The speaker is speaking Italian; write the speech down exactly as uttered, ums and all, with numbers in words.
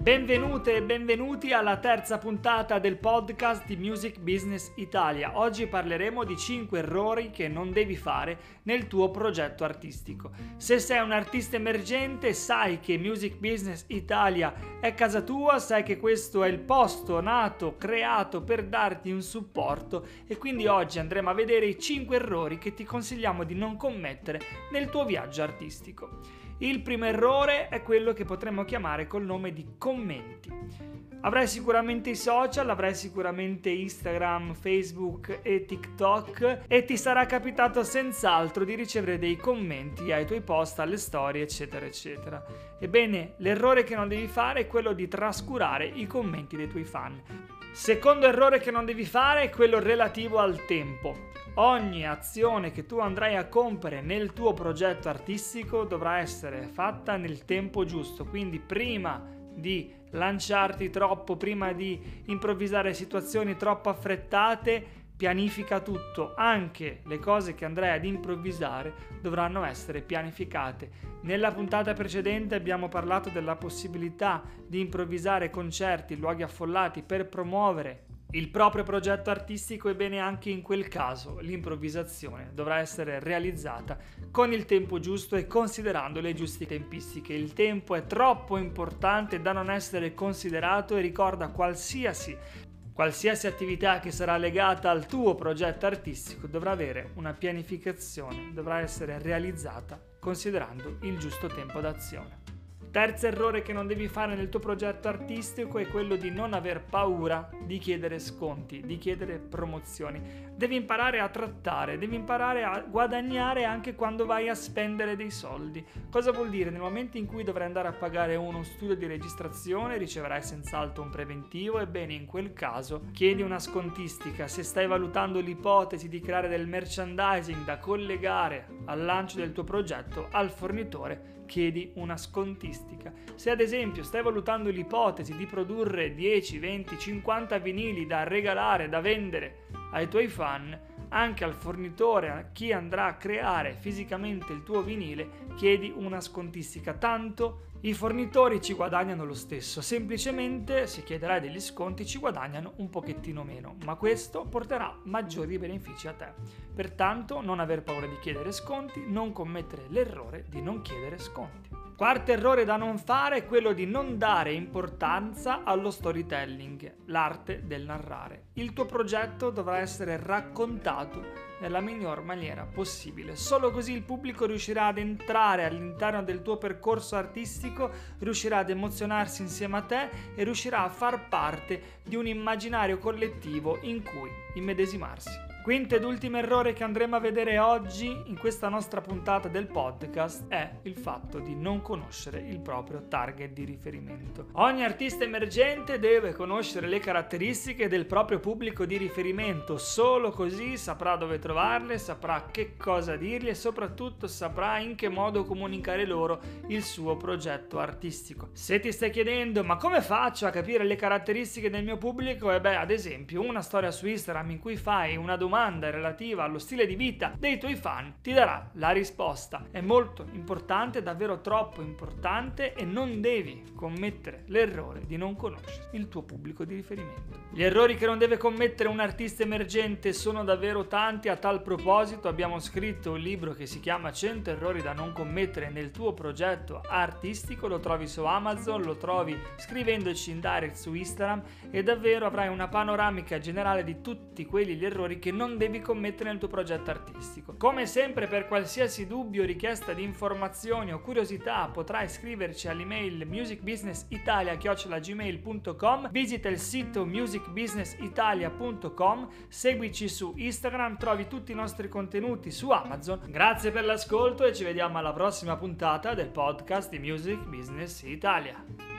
Benvenute e benvenuti alla terza puntata del podcast di Music Business Italia. Oggi parleremo di cinque errori che non devi fare nel tuo progetto artistico. Se sei un artista emergente, sai che Music Business Italia è casa tua, sai che questo è il posto nato, creato per darti un supporto e quindi oggi andremo a vedere i cinque errori che ti consigliamo di non commettere nel tuo viaggio artistico. Il primo errore è quello che potremmo chiamare col nome di commenti. Avrai sicuramente i social, avrai sicuramente Instagram, Facebook e TikTok e ti sarà capitato senz'altro di ricevere dei commenti ai tuoi post, alle storie, eccetera, eccetera. Ebbene, l'errore che non devi fare è quello di trascurare i commenti dei tuoi fan. Secondo errore che non devi fare è quello relativo al tempo. Ogni azione che tu andrai a compiere nel tuo progetto artistico dovrà essere fatta nel tempo giusto, quindi prima di lanciarti troppo, prima di improvvisare situazioni troppo affrettate, pianifica tutto. Anche le cose che andrai ad improvvisare dovranno essere pianificate. Nella puntata precedente abbiamo parlato della possibilità di improvvisare concerti in luoghi affollati per promuovere il proprio progetto artistico. Ebbene, anche in quel caso l'improvvisazione dovrà essere realizzata con il tempo giusto e considerando le giuste tempistiche. Il tempo è troppo importante da non essere considerato e ricorda qualsiasi Qualsiasi attività che sarà legata al tuo progetto artistico dovrà avere una pianificazione, dovrà essere realizzata considerando il giusto tempo d'azione. Terzo errore che non devi fare nel tuo progetto artistico è quello di non aver paura di chiedere sconti, di chiedere promozioni. Devi imparare a trattare, devi imparare a guadagnare anche quando vai a spendere dei soldi. Cosa vuol dire? Nel momento in cui dovrai andare a pagare uno studio di registrazione, riceverai senz'altro un preventivo. Ebbene, in quel caso chiedi una scontistica. Se stai valutando l'ipotesi di creare del merchandising da collegare al lancio del tuo progetto, al fornitore chiedi una scontistica. Se ad esempio stai valutando l'ipotesi di produrre dieci, venti, cinquanta vinili da regalare, da vendere ai tuoi fan, anche al fornitore, a chi andrà a creare fisicamente il tuo vinile, chiedi una scontistica. Tanto i fornitori ci guadagnano lo stesso, semplicemente se chiederai degli sconti ci guadagnano un pochettino meno, ma questo porterà maggiori benefici a te. Pertanto non aver paura di chiedere sconti, non commettere l'errore di non chiedere sconti. Quarto errore da non fare è quello di non dare importanza allo storytelling, l'arte del narrare. Il tuo progetto dovrà essere raccontato nella miglior maniera possibile. Solo così il pubblico riuscirà ad entrare all'interno del tuo percorso artistico, riuscirà ad emozionarsi insieme a te e riuscirà a far parte di un immaginario collettivo in cui immedesimarsi. Quinto ed ultimo errore che andremo a vedere oggi in questa nostra puntata del podcast è il fatto di non conoscere il proprio target di riferimento. Ogni artista emergente deve conoscere le caratteristiche del proprio pubblico di riferimento, solo così saprà dove trovarle, saprà che cosa dirgli e soprattutto saprà in che modo comunicare loro il suo progetto artistico. Se ti stai chiedendo ma come faccio a capire le caratteristiche del mio pubblico, e beh, ad esempio una storia su Instagram in cui fai una domanda relativa allo stile di vita dei tuoi fan ti darà la risposta. È molto importante, davvero troppo importante, e non devi commettere l'errore di non conoscere il tuo pubblico di riferimento. Gli errori che non deve commettere un artista emergente sono davvero tanti. A tal proposito abbiamo scritto un libro che si chiama cento errori da non commettere nel tuo progetto artistico. Lo trovi su Amazon, lo trovi scrivendoci in direct su Instagram e davvero avrai una panoramica generale di tutti quelli gli errori che non non devi commettere nel tuo progetto artistico. Come sempre, per qualsiasi dubbio, richiesta di informazioni o curiosità potrai scriverci all'email musicbusinessitalia chiocciola gmail punto com, visita il sito musicbusinessitalia punto com, seguici su Instagram, trovi tutti i nostri contenuti su Amazon. Grazie per l'ascolto e ci vediamo alla prossima puntata del podcast di Music Business Italia.